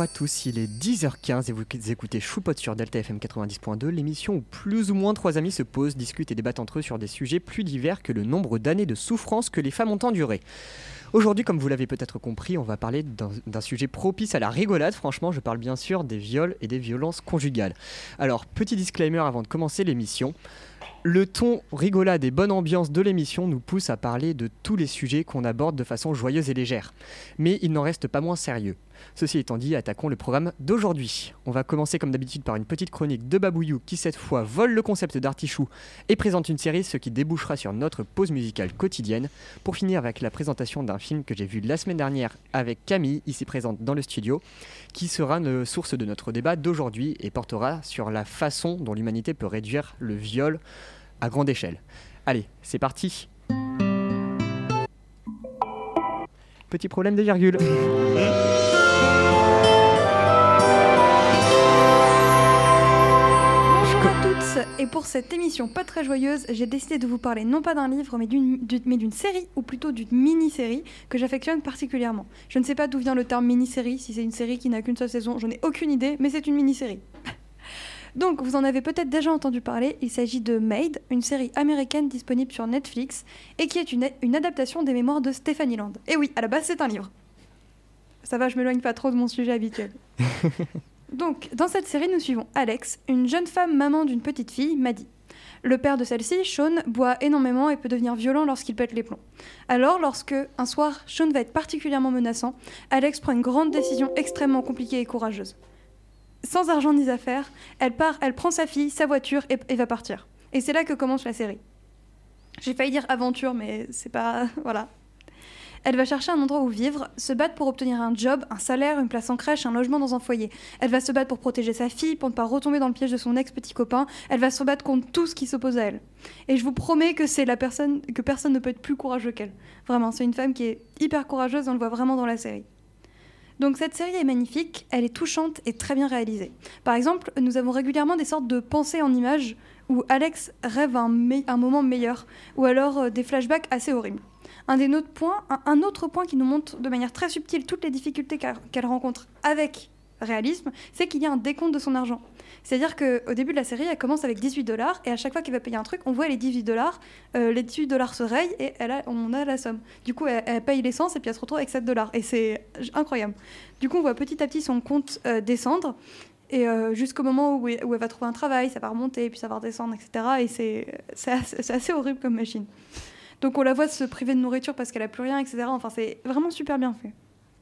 Bonjour à tous, il est 10h15 et vous écoutez Choupot sur Delta FM 90.2, l'émission où plus ou moins trois amis se posent, discutent et débattent entre eux sur des sujets plus divers que le nombre d'années de souffrance que les femmes ont enduré. Aujourd'hui, comme vous l'avez peut-être compris, on va parler d'un sujet propice à la rigolade. Franchement, je parle bien sûr des viols et des violences conjugales. Alors, petit disclaimer avant de commencer l'émission. Le ton rigolade et bonne ambiance de l'émission nous pousse à parler de tous les sujets qu'on aborde de façon joyeuse et légère. Mais il n'en reste pas moins sérieux. Ceci étant dit, attaquons le programme d'aujourd'hui. On va commencer comme d'habitude par une petite chronique de Babouillou qui cette fois vole le concept d'Artichou et présente une série, ce qui débouchera sur notre pause musicale quotidienne. Pour finir avec la présentation d'un film que j'ai vu la semaine dernière avec Camille, ici présente dans le studio, qui sera une source de notre débat d'aujourd'hui et portera sur la façon dont l'humanité peut réduire le viol à grande échelle. Allez, c'est parti. Petit problème de virgule. Et pour cette émission pas très joyeuse, j'ai décidé de vous parler non pas d'un livre, mais d'une série, ou plutôt d'une mini-série, que j'affectionne particulièrement. Je ne sais pas d'où vient le terme mini-série, si c'est une série qui n'a qu'une seule saison, je n'ai aucune idée, mais c'est une mini-série. Donc, vous en avez peut-être déjà entendu parler, il s'agit de Maid, une série américaine disponible sur Netflix, et qui est une adaptation des mémoires de Stephanie Land. Et oui, à la base, c'est un livre. Ça va, je m'éloigne pas trop de mon sujet habituel. Donc, dans cette série, nous suivons Alex, une jeune femme maman d'une petite fille, Maddie. Le père de celle-ci, Sean, boit énormément et peut devenir violent lorsqu'il pète les plombs. Alors, lorsque, un soir, Sean va être particulièrement menaçant, Alex prend une grande décision extrêmement compliquée et courageuse. Sans argent ni affaires, elle prend sa fille, sa voiture et va partir. Et c'est là que commence la série. J'ai failli dire aventure, mais c'est pas... voilà. Elle va chercher un endroit où vivre, se battre pour obtenir un job, un salaire, une place en crèche, un logement dans un foyer. Elle va se battre pour protéger sa fille, pour ne pas retomber dans le piège de son ex-petit copain. Elle va se battre contre tout ce qui s'oppose à elle. Et je vous promets que c'est que personne ne peut être plus courageux qu'elle. Vraiment, c'est une femme qui est hyper courageuse, on le voit vraiment dans la série. Donc cette série est magnifique, elle est touchante et très bien réalisée. Par exemple, nous avons régulièrement des sortes de pensées en images où Alex rêve un moment meilleur, ou alors des flashbacks assez horribles. Un autre point qui nous montre de manière très subtile toutes les difficultés qu'elle rencontre avec réalisme, c'est qu'il y a un décompte de son argent. C'est-à-dire qu'au début de la série, elle commence avec $18 et à chaque fois qu'elle va payer un truc, on voit les $18, les $18 se rayent et on a la somme. Du coup, elle paye l'essence et puis elle se retrouve avec $7 et c'est incroyable. Du coup, on voit petit à petit son compte descendre et jusqu'au moment où elle va trouver un travail, ça va remonter, puis ça va redescendre, etc. Et c'est assez horrible comme machine. Donc on la voit se priver de nourriture parce qu'elle n'a plus rien, etc. Enfin, c'est vraiment super bien fait.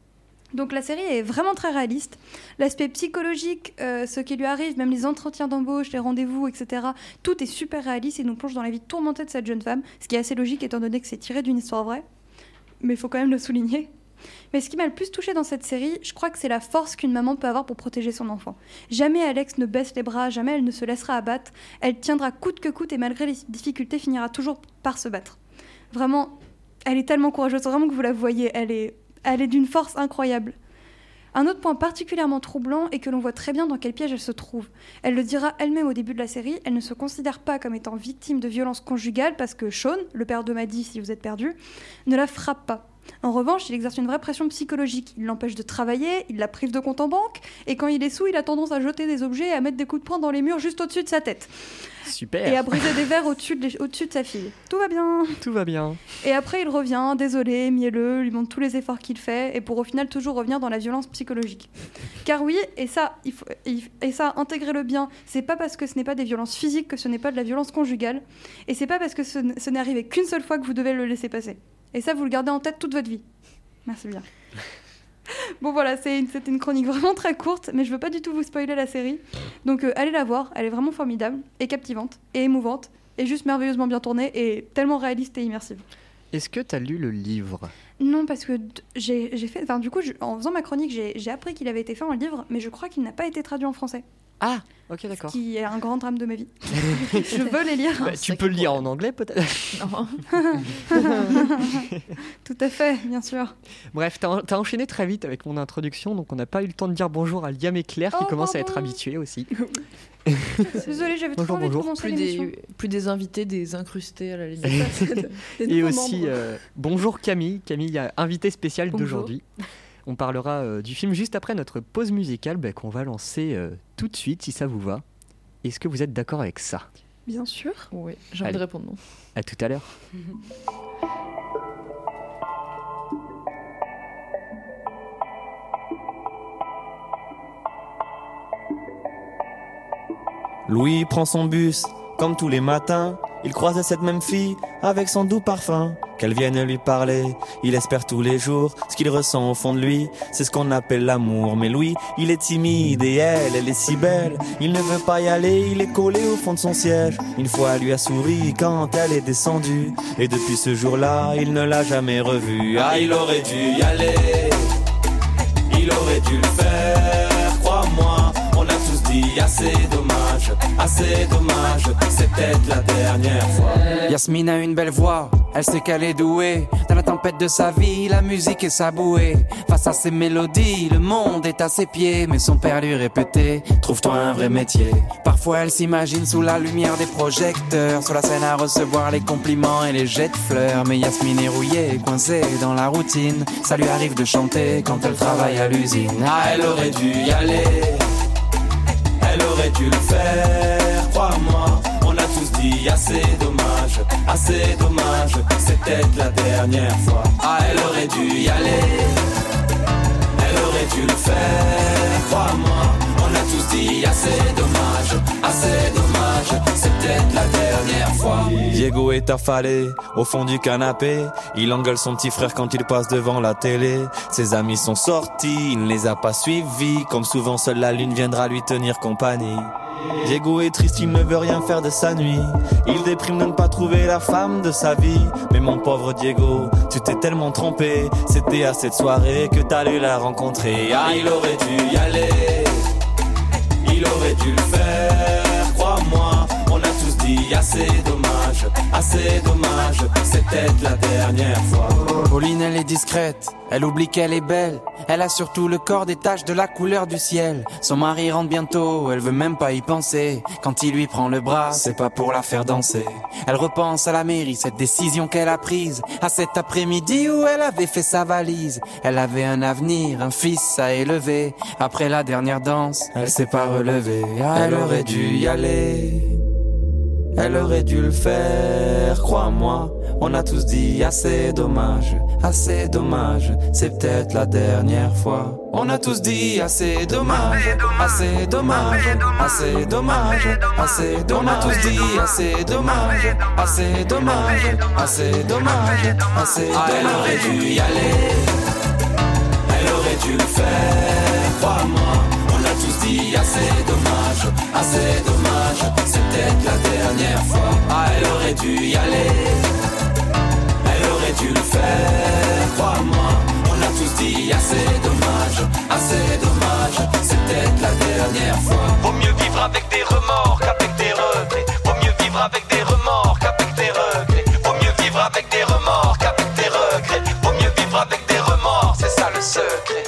Donc la série est vraiment très réaliste. L'aspect psychologique, ce qui lui arrive, même les entretiens d'embauche, les rendez-vous, etc. Tout est super réaliste et nous plonge dans la vie tourmentée de cette jeune femme, ce qui est assez logique étant donné que c'est tiré d'une histoire vraie. Mais il faut quand même le souligner. Mais ce qui m'a le plus touchée dans cette série, je crois que c'est la force qu'une maman peut avoir pour protéger son enfant. Jamais Alex ne baisse les bras, jamais elle ne se laissera abattre. Elle tiendra coûte que coûte et malgré les difficultés finira toujours par se battre. Vraiment, elle est tellement courageuse, vraiment que vous la voyez, elle est d'une force incroyable. Un autre point particulièrement troublant est que l'on voit très bien dans quel piège elle se trouve. Elle le dira elle-même au début de la série, elle ne se considère pas comme étant victime de violences conjugales parce que Sean, le père de Maddie si vous êtes perdu, ne la frappe pas. En revanche, il exerce une vraie pression psychologique. Il l'empêche de travailler, il la prive de compte en banque, et quand il est saoul, il a tendance à jeter des objets et à mettre des coups de poing dans les murs juste au-dessus de sa tête. Super. Et à briser des verres au-dessus de sa fille. Tout va bien. Tout va bien. Et après, il revient, désolé, mielleux, lui montre tous les efforts qu'il fait, et pour au final toujours revenir dans la violence psychologique. Car oui, et ça, intégrez-le bien, c'est pas parce que ce n'est pas des violences physiques que ce n'est pas de la violence conjugale, et c'est pas parce que ce n'est arrivé qu'une seule fois que vous devez le laisser passer. Et ça, vous le gardez en tête toute votre vie. Merci bien. Bon voilà, c'était une chronique vraiment très courte, mais je veux pas du tout vous spoiler la série. Donc allez la voir, elle est vraiment formidable, et captivante, et émouvante, et juste merveilleusement bien tournée, et tellement réaliste et immersive. Est-ce que tu as lu le livre ? Non, parce que en faisant ma chronique, j'ai appris qu'il avait été fait en livre, mais je crois qu'il n'a pas été traduit en français. Ah, ok, d'accord. Ce qui est un grand drame de ma vie. Je veux les lire. Bah, tu peux le lire en anglais, peut-être. Non. Tout à fait, bien sûr. Bref, t'as enchaîné très vite avec mon introduction, donc on n'a pas eu le temps de dire bonjour à Liam et Claire qui commencent à être habitués aussi. Désolée, j'avais trop envie de commencer l'émission. Plus des invités, des incrustés à la limite. Et aussi, bonjour Camille, invitée spéciale Bonjour. d'aujourd'hui. On parlera du film juste après notre pause musicale qu'on va lancer tout de suite si ça vous va. Est-ce que vous êtes d'accord avec ça ? Bien sûr. Oui, j'ai envie de répondre non. À tout à l'heure. Louis prend son bus, comme tous les matins. Il croise cette même fille, avec son doux parfum. Qu'elle vienne lui parler, il espère tous les jours. Ce qu'il ressent au fond de lui, c'est ce qu'on appelle l'amour. Mais Louis, il est timide et elle est si belle. Il ne veut pas y aller, il est collé au fond de son siège. Une fois, elle lui a souri quand elle est descendue. Et depuis ce jour-là, il ne l'a jamais revue. Ah, il aurait dû y aller, il aurait dû le faire, crois-moi. On a tous dit assez dommage, c'est peut-être la dernière fois. Yasmine a une belle voix, elle sait qu'elle est douée. Dans la tempête de sa vie, la musique est sa bouée. Face à ses mélodies, le monde est à ses pieds. Mais son père lui répétait, trouve-toi un vrai métier. Parfois elle s'imagine sous la lumière des projecteurs, sur la scène à recevoir les compliments et les jets de fleurs. Mais Yasmine est rouillée, coincée dans la routine. Ça lui arrive de chanter quand elle travaille à l'usine. Ah, elle aurait dû y aller, elle aurait dû le faire, crois-moi. On a tous dit assez dommage, c'est peut-être la dernière fois. Ah, elle aurait dû y aller, elle aurait dû le faire, crois-moi. On a tous dit assez dommage, c'est peut-être la dernière fois. Diego est affalé au fond du canapé. Il engueule son petit frère quand il passe devant la télé. Ses amis sont sortis, il ne les a pas suivis. Comme souvent, seule la lune viendra lui tenir compagnie. Diego est triste, il ne veut rien faire de sa nuit. Il déprime de ne pas trouver la femme de sa vie. Mais mon pauvre Diego, tu t'es tellement trompé. C'était à cette soirée que t'allais la rencontrer. Ah, il aurait dû y aller, il aurait dû le faire, crois-moi. On a tous dit assez dommage, c'est peut-être la dernière fois. Pauline elle est discrète, elle oublie qu'elle est belle. Elle a surtout le corps des taches de la couleur du ciel. Son mari rentre bientôt, elle veut même pas y penser. Quand il lui prend le bras, c'est pas pour la faire danser. Elle repense à la mairie, cette décision qu'elle a prise. À cet après-midi où elle avait fait sa valise. Elle avait un avenir, un fils à élever. Après la dernière danse, elle s'est pas relevée. Ah, elle aurait dû y aller, elle aurait dû le faire, crois-moi. On a tous dit assez dommage, c'est peut-être la dernière fois. On a tous dit assez dommage, On a tous dit assez dommage, Elle aurait dû y aller, elle aurait dû le faire, crois-moi. On a tous dit assez dommage, c'est peut-être la dernière fois. Ah, elle aurait dû y aller, elle aurait dû le faire, crois-moi. On a tous dit assez dommage, c'est peut-être la dernière fois. Vaut mieux vivre avec des remords qu'avec des regrets. Vaut mieux vivre avec des remords qu'avec des regrets. Vaut mieux vivre avec des remords qu'avec des regrets. Vaut mieux vivre avec des remords, c'est ça le secret.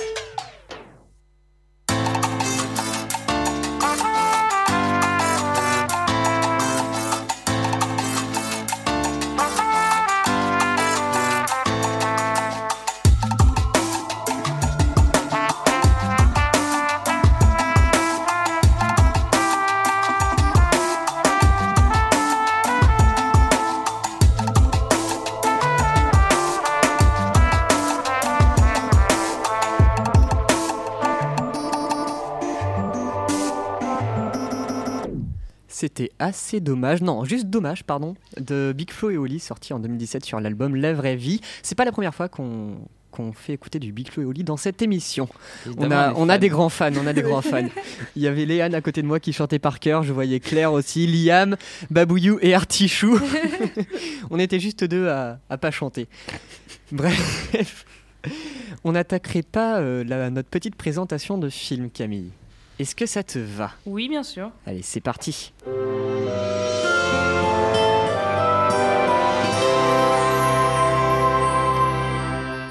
C'était assez dommage, non, juste dommage, pardon, de Big Flo et Oli, sorti en 2017 sur l'album La Vraie Vie. C'est pas la première fois qu'on fait écouter du Big Flo et Oli dans cette émission. On a des grands fans, Il y avait Léane à côté de moi qui chantait par cœur, je voyais Claire aussi, Liam, Babouillou et Artichou. On était juste deux à pas chanter. Bref, on n'attaquerait pas notre petite présentation de film, Camille. Est-ce que ça te va ? Oui, bien sûr. Allez, c'est parti.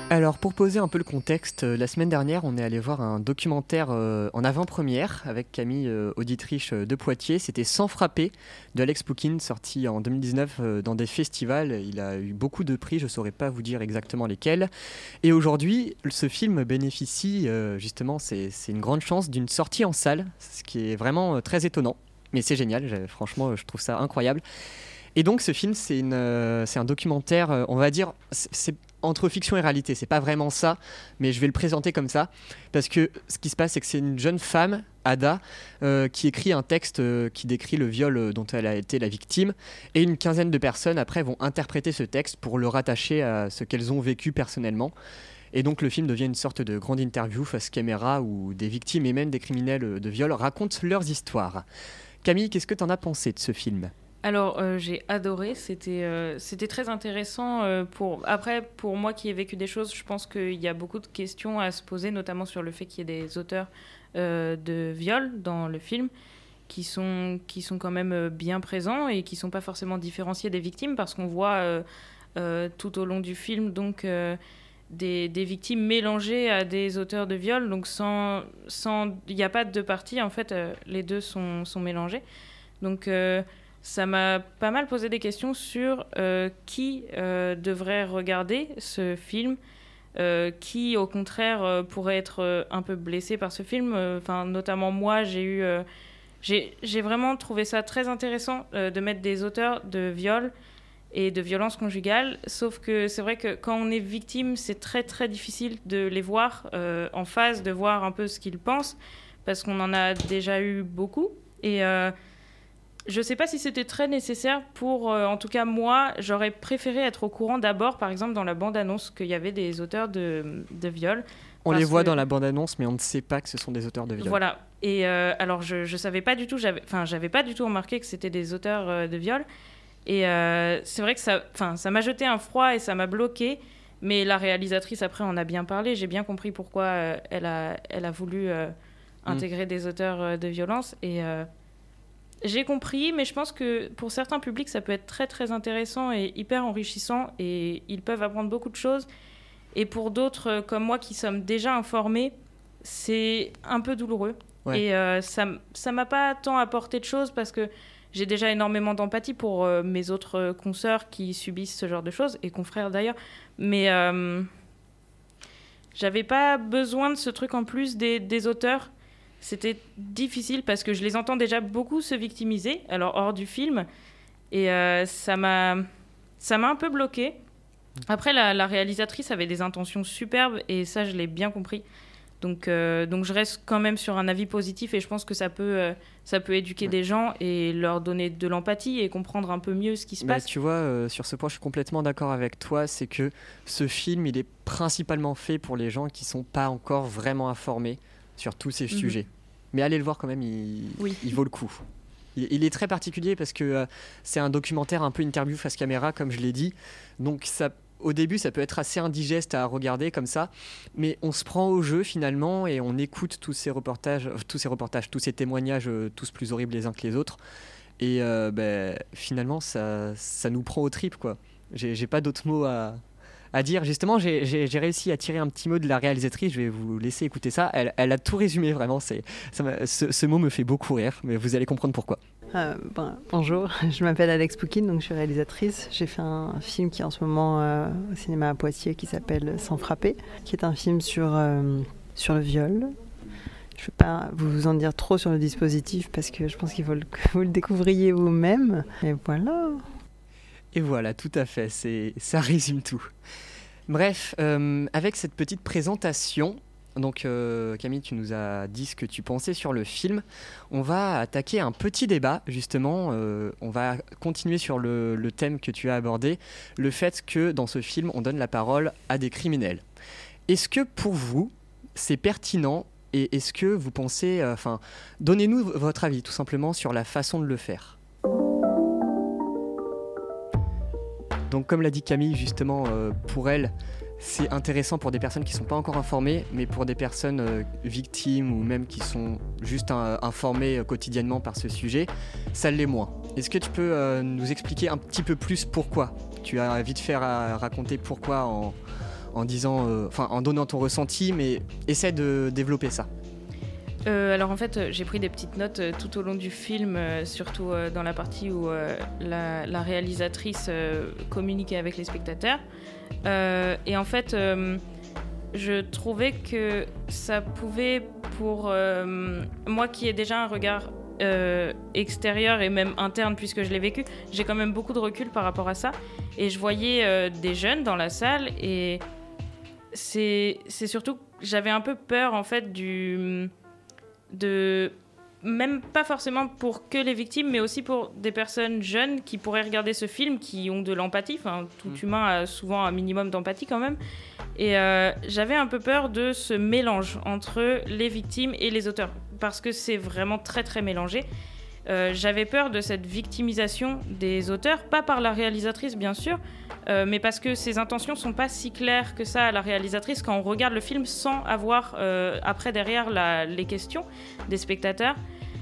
Alors pour poser un peu le contexte, la semaine dernière on est allé voir un documentaire en avant-première avec Camille, auditrice de Poitiers. C'était Sans frapper de Alex Poukine, sorti en 2019 dans des festivals. Il a eu beaucoup de prix, je ne saurais pas vous dire exactement lesquels. Et aujourd'hui ce film bénéficie justement, c'est une grande chance d'une sortie en salle, ce qui est vraiment très étonnant. Mais c'est génial, franchement je trouve ça incroyable. Et donc ce film c'est un documentaire, on va dire, c'est entre fiction et réalité, c'est pas vraiment ça, mais je vais le présenter comme ça, parce que ce qui se passe, c'est que c'est une jeune femme, Ada, qui écrit un texte qui décrit le viol dont elle a été la victime, et une quinzaine de personnes après vont interpréter ce texte pour le rattacher à ce qu'elles ont vécu personnellement. Et donc le film devient une sorte de grande interview face caméra où des victimes et même des criminels de viol racontent leurs histoires. Camille, qu'est-ce que t'en as pensé de ce film ? Alors, j'ai adoré, c'était très intéressant. Après, pour moi qui ai vécu des choses, je pense qu'il y a beaucoup de questions à se poser, notamment sur le fait qu'il y ait des auteurs de viol dans le film qui sont quand même bien présents et qui ne sont pas forcément différenciés des victimes, parce qu'on voit tout au long du film donc, des victimes mélangées à des auteurs de viol, donc il n'y a pas de deux parties, en fait, les deux sont mélangés. Donc... ça m'a pas mal posé des questions sur qui devrait regarder ce film, qui au contraire pourrait être un peu blessé par ce film. Notamment moi, j'ai vraiment trouvé ça très intéressant de mettre des auteurs de viol et de violence conjugale, sauf que c'est vrai que quand on est victime, c'est très très difficile de les voir en face, de voir un peu ce qu'ils pensent, parce qu'on en a déjà eu beaucoup. Et je ne sais pas si c'était très nécessaire pour... en tout cas, moi, j'aurais préféré être au courant d'abord, par exemple, dans la bande-annonce, qu'il y avait des auteurs de viol. On les voit dans la bande-annonce, mais on ne sait pas que ce sont des auteurs de viol. Voilà. Et alors, je ne savais pas du tout... j'avais pas du tout remarqué que c'était des auteurs de viol. Et c'est vrai que ça m'a jeté un froid et ça m'a bloqué. Mais la réalisatrice, après, en a bien parlé. J'ai bien compris pourquoi elle a voulu intégrer des auteurs de violence. Et... j'ai compris, mais je pense que pour certains publics, ça peut être très très intéressant et hyper enrichissant, et ils peuvent apprendre beaucoup de choses. Et pour d'autres, comme moi, qui sommes déjà informés, c'est un peu douloureux. Ouais. Et ça m'a pas tant apporté de choses, parce que j'ai déjà énormément d'empathie pour mes autres consoeurs qui subissent ce genre de choses, et confrères d'ailleurs. Mais j'avais pas besoin de ce truc en plus des auteurs. C'était difficile parce que je les entends déjà beaucoup se victimiser, alors hors du film, et ça m'a un peu bloquée. Après, la réalisatrice avait des intentions superbes, et ça, je l'ai bien compris. Donc je reste quand même sur un avis positif, et je pense que ça peut éduquer des gens et leur donner de l'empathie et comprendre un peu mieux ce qui se passe. Tu vois, sur ce point, je suis complètement d'accord avec toi. C'est que ce film, il est principalement fait pour les gens qui ne sont pas encore vraiment informés sur tous ces sujets. Mais allez le voir quand même, il vaut le coup. Il est très particulier parce que c'est un documentaire un peu interview face caméra, comme je l'ai dit. Donc au début, ça peut être assez indigeste à regarder comme ça. Mais on se prend au jeu finalement, et on écoute tous ces reportages, tous ces témoignages, tous plus horribles les uns que les autres. Et finalement, ça nous prend aux tripes, quoi. J'ai pas d'autres mots à dire. Justement, j'ai réussi à tirer un petit mot de la réalisatrice. Je vais vous laisser écouter ça. Elle a tout résumé, vraiment. Ce mot me fait beaucoup rire, mais vous allez comprendre pourquoi. Bonjour, je m'appelle Alex Poukine, donc je suis réalisatrice. J'ai fait un film qui est en ce moment au cinéma à Poitiers, qui s'appelle Sans frapper, qui est un film sur le viol. Je ne vais pas vous en dire trop sur le dispositif, parce que je pense qu'il faut que vous le découvriez vous-même. Et voilà. Et voilà, tout à fait, ça résume tout. Bref, avec cette petite présentation, donc Camille, tu nous as dit ce que tu pensais sur le film. On va attaquer un petit débat, justement. On va continuer sur le thème que tu as abordé, le fait que dans ce film, on donne la parole à des criminels. Est-ce que pour vous, c'est pertinent, et est-ce que vous pensez... donnez-nous votre avis, tout simplement, sur la façon de le faire. Donc comme l'a dit Camille, justement, pour elle, c'est intéressant pour des personnes qui ne sont pas encore informées, mais pour des personnes victimes ou même qui sont juste informées quotidiennement par ce sujet, ça l'est moins. Est-ce que tu peux nous expliquer un petit peu plus pourquoi ? Tu as vite fait raconter pourquoi en donnant ton ressenti, mais essaie de développer ça. Alors en fait, j'ai pris des petites notes tout au long du film, surtout dans la partie où la réalisatrice communiquait avec les spectateurs. Et en fait, je trouvais que ça pouvait, pour moi qui ai déjà un regard extérieur et même interne puisque je l'ai vécu, j'ai quand même beaucoup de recul par rapport à ça. Et je voyais des jeunes dans la salle et c'est surtout que j'avais un peu peur en fait même pas forcément pour que les victimes, mais aussi pour des personnes jeunes qui pourraient regarder ce film, qui ont de l'empathie. Enfin, tout humain a souvent un minimum d'empathie quand même. Et j'avais un peu peur de ce mélange entre les victimes et les auteurs, parce que c'est vraiment très très mélangé. J'avais peur de cette victimisation des auteurs, pas par la réalisatrice bien sûr, mais parce que ses intentions sont pas si claires que ça à la réalisatrice quand on regarde le film sans avoir après derrière les questions des spectateurs.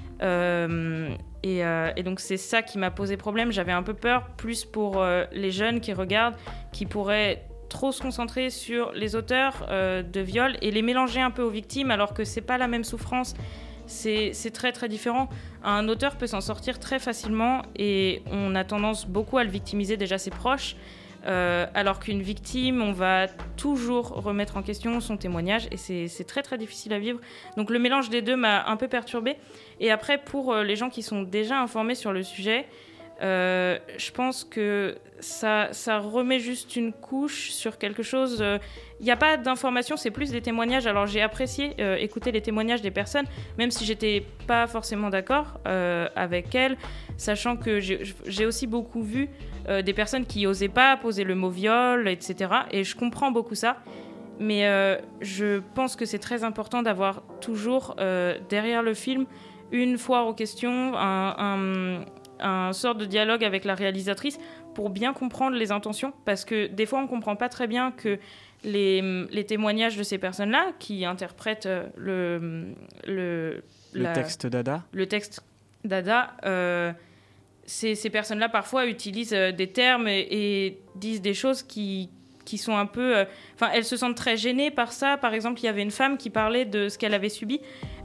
Et donc c'est ça qui m'a posé problème. J'avais un peu peur, plus pour les jeunes qui regardent, qui pourraient trop se concentrer sur les auteurs de viol et les mélanger un peu aux victimes, alors que c'est pas la même souffrance. C'est très très différent. Un auteur peut s'en sortir très facilement et on a tendance beaucoup à le victimiser, déjà ses proches, alors qu'une victime, on va toujours remettre en question son témoignage et c'est très très difficile à vivre. Donc le mélange des deux m'a un peu perturbée. Et après, pour les gens qui sont déjà informés sur le sujet, je pense que ça remet juste une couche sur quelque chose. Il n'y a pas d'informations, c'est plus des témoignages. Alors j'ai apprécié écouter les témoignages des personnes, même si j'étais pas forcément d'accord avec elles, sachant que j'ai aussi beaucoup vu des personnes qui n'osaient pas poser le mot viol, etc. Et je comprends beaucoup ça. Mais je pense que c'est très important d'avoir toujours derrière le film une foire aux questions, un sort de dialogue avec la réalisatrice pour bien comprendre les intentions, parce que des fois on ne comprend pas très bien que les témoignages de ces personnes-là qui interprètent le texte Dada. Le texte Dada, ces personnes-là parfois utilisent des termes et disent des choses qui sont un peu... elles se sentent très gênées par ça. Par exemple, il y avait une femme qui parlait de ce qu'elle avait subi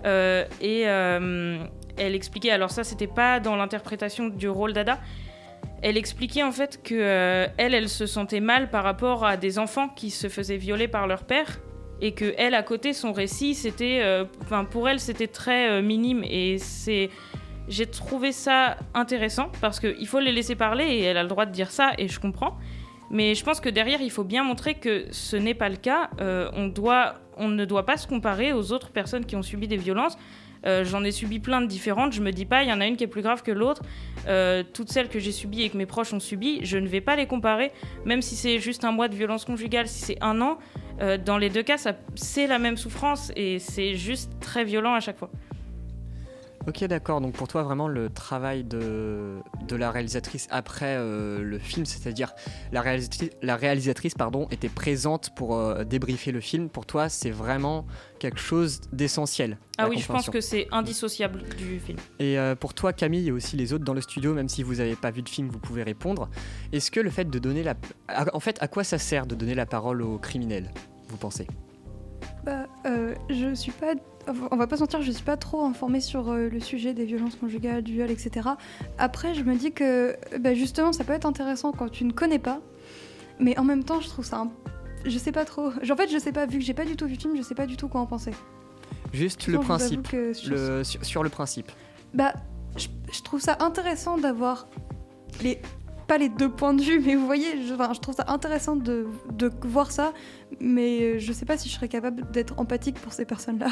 elle expliquait, alors ça c'était pas dans l'interprétation du rôle Dada, elle expliquait en fait que elle se sentait mal par rapport à des enfants qui se faisaient violer par leur père et que elle à côté son récit c'était pour elle c'était très minime et j'ai trouvé ça intéressant parce qu'il faut les laisser parler et elle a le droit de dire ça et je comprends, mais je pense que derrière il faut bien montrer que ce n'est pas le cas. On ne doit pas se comparer aux autres personnes qui ont subi des violences. J'en ai subi plein de différentes, je me dis pas il y en a une qui est plus grave que l'autre, toutes celles que j'ai subies et que mes proches ont subies, je ne vais pas les comparer, même si c'est juste un mois de violence conjugale, si c'est 1 an, dans les deux cas c'est la même souffrance et c'est juste très violent à chaque fois. Ok, d'accord, donc pour toi vraiment le travail de la réalisatrice après le film, c'est-à-dire la réalisatrice était présente pour débriefer le film, pour toi c'est vraiment quelque chose d'essentiel. Ah oui, je pense que c'est indissociable du film. Et pour toi Camille et aussi les autres dans le studio, même si vous n'avez pas vu de film, vous pouvez répondre. Est-ce que le fait de donner en fait, à quoi ça sert de donner la parole aux criminels, vous pensez ? Je suis pas... On va pas se mentir, je suis pas trop informée sur le sujet des violences conjugales, du viol, etc. Après, je me dis que justement, ça peut être intéressant quand tu ne connais pas, mais en même temps, je trouve ça... Je sais pas trop. En fait, je sais pas, vu que j'ai pas du tout vu le film, je sais pas du tout quoi en penser. Juste le principe. Sur le principe. Je trouve ça intéressant d'avoir pas les deux points de vue, mais vous voyez, je trouve ça intéressant de voir ça, mais je sais pas si je serais capable d'être empathique pour ces personnes-là.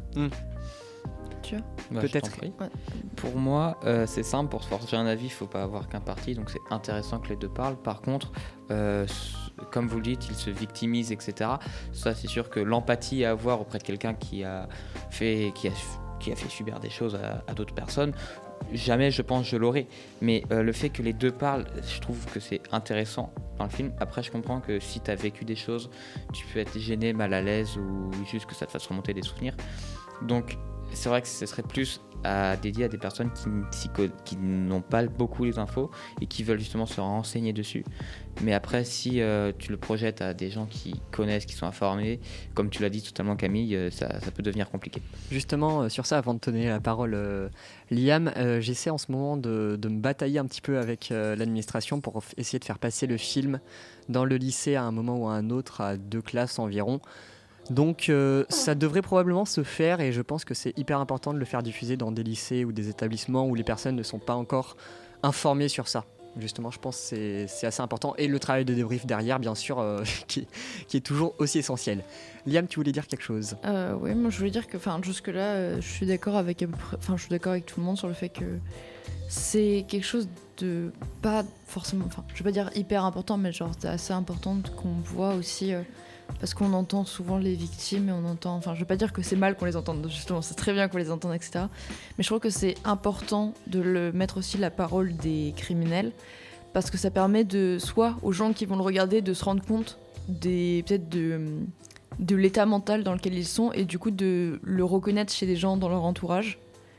Tu vois ? Peut-être. Ouais. Pour moi, c'est simple, pour se forger un avis, il faut pas avoir qu'un parti, donc c'est intéressant que les deux parlent. Par contre, comme vous le dites, ils se victimisent, etc. Ça, c'est sûr que l'empathie à avoir auprès de quelqu'un qui a fait subir des choses à d'autres personnes, jamais je pense je l'aurai, mais le fait que les deux parlent, je trouve que c'est intéressant dans le film. Après je comprends que si tu as vécu des choses, tu peux être gêné, mal à l'aise ou juste que ça te fasse remonter des souvenirs, donc c'est vrai que ce serait plus dédié à des personnes qui n'ont pas beaucoup les infos et qui veulent justement se renseigner dessus. Mais après, si tu le projettes à des gens qui connaissent, qui sont informés, comme tu l'as dit totalement Camille, ça peut devenir compliqué. Justement, sur ça, avant de donner la parole, Liam, j'essaie en ce moment de me batailler un petit peu avec l'administration pour essayer de faire passer le film dans le lycée à un moment ou à un autre, à 2 classes environ. Donc ça devrait probablement se faire et je pense que c'est hyper important de le faire diffuser dans des lycées ou des établissements où les personnes ne sont pas encore informées sur ça. Justement, je pense que c'est assez important. Et le travail de débrief derrière, bien sûr, qui est toujours aussi essentiel. Liam, tu voulais dire quelque chose ? Oui, moi je voulais dire que jusque-là, je suis d'accord avec je suis d'accord avec tout le monde sur le fait que c'est quelque chose de pas forcément, je vais pas dire hyper important, mais genre c'est assez important qu'on voit aussi, parce qu'on entend souvent les victimes et on entend, je veux pas dire que c'est mal qu'on les entende, justement, c'est très bien qu'on les entende, etc. Mais je trouve que c'est important de le mettre aussi la parole des criminels, parce que ça permet soit aux gens qui vont le regarder de se rendre compte peut-être de l'état mental dans lequel ils sont et du coup de le reconnaître chez des gens dans leur entourage.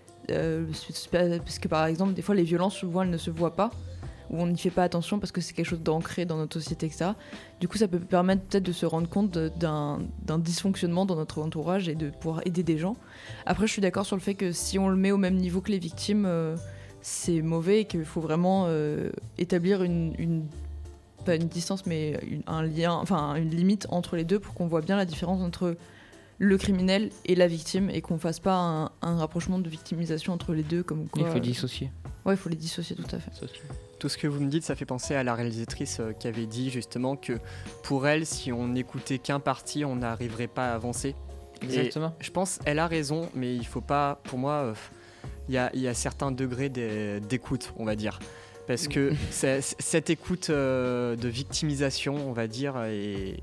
Parce que par exemple des fois les violences souvent elles ne se voient pas ou on n'y fait pas attention parce que c'est quelque chose d'ancré dans notre société, etc. Du coup ça peut permettre peut-être de se rendre compte d'un dysfonctionnement dans notre entourage et de pouvoir aider des gens. Après je suis d'accord sur le fait que si on le met au même niveau que les victimes, c'est mauvais et qu'il faut vraiment établir pas une distance mais un lien, une limite entre les deux pour qu'on voit bien la différence entre le criminel et la victime et qu'on fasse pas un rapprochement de victimisation entre les deux comme quoi, il faut dissocier. Ouais, il faut les dissocier, tout à fait. Tout ce que vous me dites, ça fait penser à la réalisatrice qui avait dit justement que pour elle, si on n'écoutait qu'un parti, on n'arriverait pas à avancer. Exactement. Et je pense qu'elle a raison, mais il faut pas, pour moi, il y a certains degrés d'écoute, on va dire. Parce que cette écoute de victimisation, on va dire, est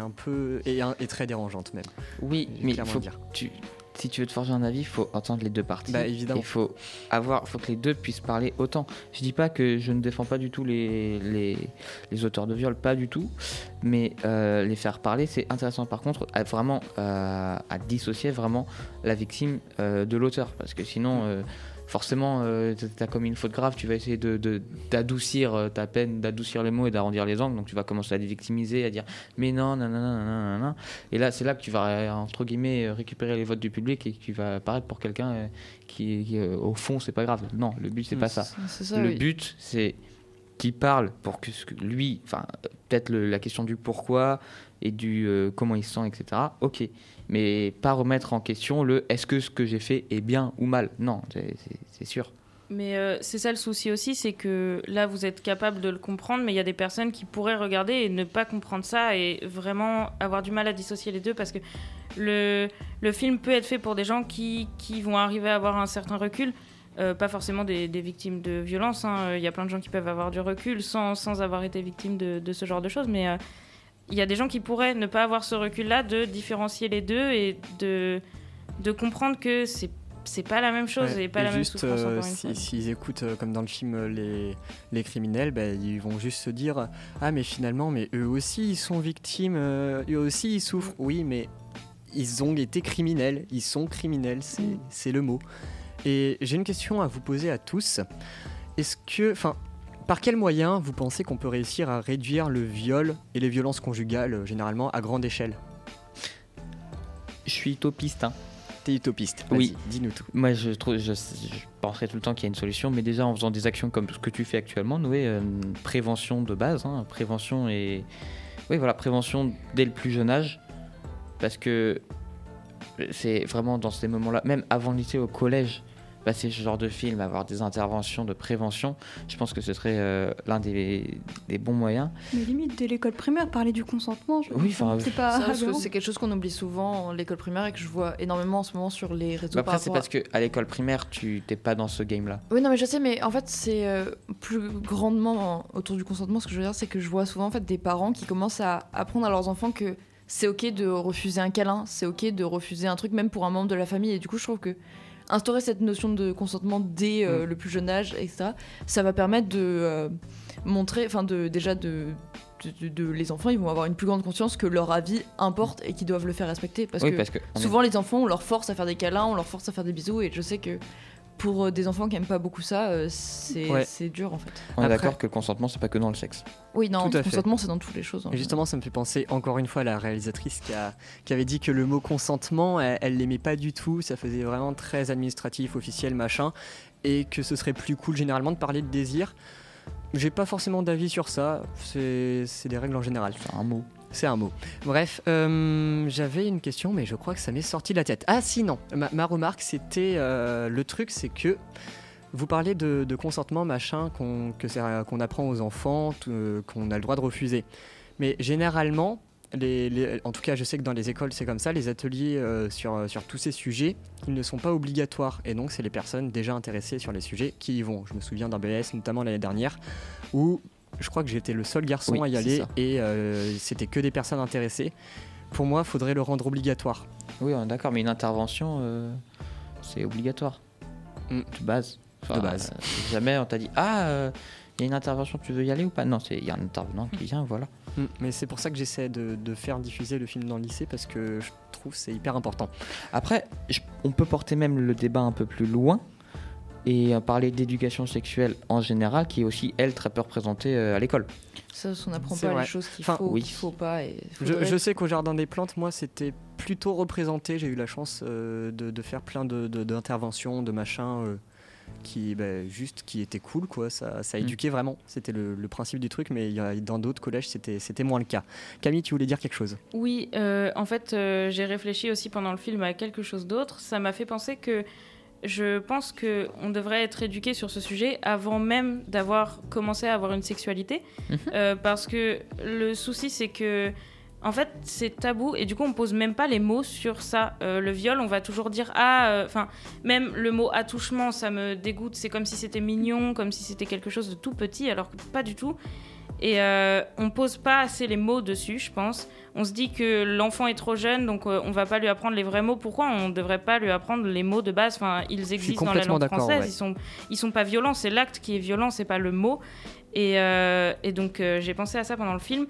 très dérangeante même. Oui, mais si tu veux te forger un avis, il faut entendre les deux parties. Bah, évidemment. Il faut que les deux puissent parler autant. Je dis pas que je ne défends pas du tout les auteurs de viol, pas du tout, mais les faire parler, c'est intéressant. Par contre, à dissocier vraiment la victime de l'auteur, parce que sinon... forcément, t'as commis une faute grave, tu vas essayer d'adoucir ta peine, d'adoucir les mots et d'arrondir les angles, donc tu vas commencer à les victimiser, à dire mais non, nanana. Et là, c'est là que tu vas, entre guillemets, récupérer les votes du public et que tu vas apparaître pour quelqu'un qui au fond, c'est pas grave. Non, le but, c'est pas ça. C'est ça. Le but, c'est qu'il parle pour que lui, peut-être la question du pourquoi et du comment il se sent, etc. Ok. Mais pas remettre en question est-ce que ce que j'ai fait est bien ou mal. Non, c'est sûr. Mais c'est ça le souci aussi, c'est que là vous êtes capable de le comprendre, mais il y a des personnes qui pourraient regarder et ne pas comprendre ça et vraiment avoir du mal à dissocier les deux, parce que le film peut être fait pour des gens qui vont arriver à avoir un certain recul, pas forcément des victimes de violence, hein. Il y a plein de gens qui peuvent avoir du recul sans avoir été victimes de ce genre de choses, mais... il y a des gens qui pourraient ne pas avoir ce recul-là de différencier les deux et de comprendre que c'est pas la même chose et pas la même souffrance, encore une fois. S'ils écoutent, comme dans le film, les criminels, ils vont juste se dire « Ah, mais finalement, eux aussi, ils sont victimes, eux aussi, ils souffrent. » Oui, mais ils ont été criminels, ils sont criminels, c'est le mot. Et j'ai une question à vous poser à tous. Par quels moyens vous pensez qu'on peut réussir à réduire le viol et les violences conjugales, généralement, à grande échelle ? Je suis utopiste. T'es utopiste, vas-y, oui. Dis-nous tout. Moi, je penserais tout le temps qu'il y a une solution, mais déjà en faisant des actions comme ce que tu fais actuellement, Noé, prévention de base, prévention prévention dès le plus jeune âge, parce que c'est vraiment dans ces moments-là, même avant le lycée, au collège, passer ce genre de film, avoir des interventions de prévention, je pense que ce serait l'un des bons moyens. Mais limite, dès l'école primaire, parler du consentement, c'est pas... parce que c'est quelque chose qu'on oublie souvent à l'école primaire et que je vois énormément en ce moment sur les réseaux. Après, c'est parce qu'à l'école primaire, tu t'es pas dans ce game-là. Oui, non, mais je sais, mais en fait, c'est plus grandement autour du consentement. Ce que je veux dire, c'est que je vois souvent en fait, des parents qui commencent à apprendre à leurs enfants que c'est ok de refuser un câlin, c'est ok de refuser un truc, même pour un membre de la famille. Et du coup, je trouve que instaurer cette notion de consentement dès le plus jeune âge, etc., ça va permettre de montrer, les enfants, ils vont avoir une plus grande conscience que leur avis importe et qu'ils doivent le faire respecter. Parce que souvent, les enfants, on leur force à faire des câlins, on leur force à faire des bisous, et je sais que pour des enfants qui aiment pas beaucoup ça, c'est dur en fait. On est Après- d'accord que le consentement, c'est pas que dans le sexe. Oui, non, Tout à le fait. consentement, c'est dans toutes les choses. Et justement, ça me fait penser encore une fois à la réalisatrice qui avait dit que le mot consentement, elle l'aimait pas du tout, ça faisait vraiment très administratif, officiel, machin, et que ce serait plus cool généralement de parler de désir. J'ai pas forcément d'avis sur ça, c'est des règles en général. C'est un mot. C'est un mot. Bref, j'avais une question, mais je crois que ça m'est sorti de la tête. Ah si, non, ma remarque, c'était le truc, c'est que vous parlez de consentement, machin, qu'on apprend aux enfants, qu'on a le droit de refuser. Mais généralement, en tout cas, je sais que dans les écoles, c'est comme ça, les ateliers sur tous ces sujets, ils ne sont pas obligatoires. Et donc, c'est les personnes déjà intéressées sur les sujets qui y vont. Je me souviens d'un BS, notamment l'année dernière, où je crois que j'étais le seul garçon Oui, à y c'est aller ça. et c'était que des personnes intéressées. Pour moi, il faudrait le rendre obligatoire. Oui, on est d'accord, mais une intervention, c'est obligatoire. Mm. De base. De base. Jamais on t'a dit il y a une intervention, tu veux y aller ou pas? Non, il y a un intervenant qui vient, voilà. Mais c'est pour ça que j'essaie de faire diffuser le film dans le lycée, parce que je trouve que c'est hyper important. Après, on peut porter même le débat un peu plus loin et parler d'éducation sexuelle en général, qui est aussi, elle, très peu représentée à l'école. Ça, on n'apprend C'est pas vrai. les choses qu'il Enfin, faut, oui. qu'il faut pas. Et Je sais qu'au Jardin des Plantes, moi, c'était plutôt représenté. J'ai eu la chance de faire plein d'interventions, de machins qui étaient cool, quoi. Ça éduquait vraiment. C'était le principe du truc, mais dans d'autres collèges, c'était moins le cas. Camille, tu voulais dire quelque chose? Oui, en fait, j'ai réfléchi aussi pendant le film à quelque chose d'autre. Ça m'a fait penser que je pense qu'on devrait être éduqué sur ce sujet avant même d'avoir commencé à avoir une sexualité. Parce que le souci, c'est que en fait, c'est tabou et du coup, on pose même pas les mots sur ça. Le viol, on va toujours dire même le mot attouchement, ça me dégoûte. C'est comme si c'était mignon, comme si c'était quelque chose de tout petit, alors que pas du tout. Et on pose pas assez les mots dessus, je pense. On se dit que l'enfant est trop jeune, donc on va pas lui apprendre les vrais mots. Pourquoi on devrait pas lui apprendre les mots de base? Enfin, ils existent dans la langue française. Ouais. Ils sont pas violents. C'est l'acte qui est violent, c'est pas le mot. Et donc j'ai pensé à ça pendant le film.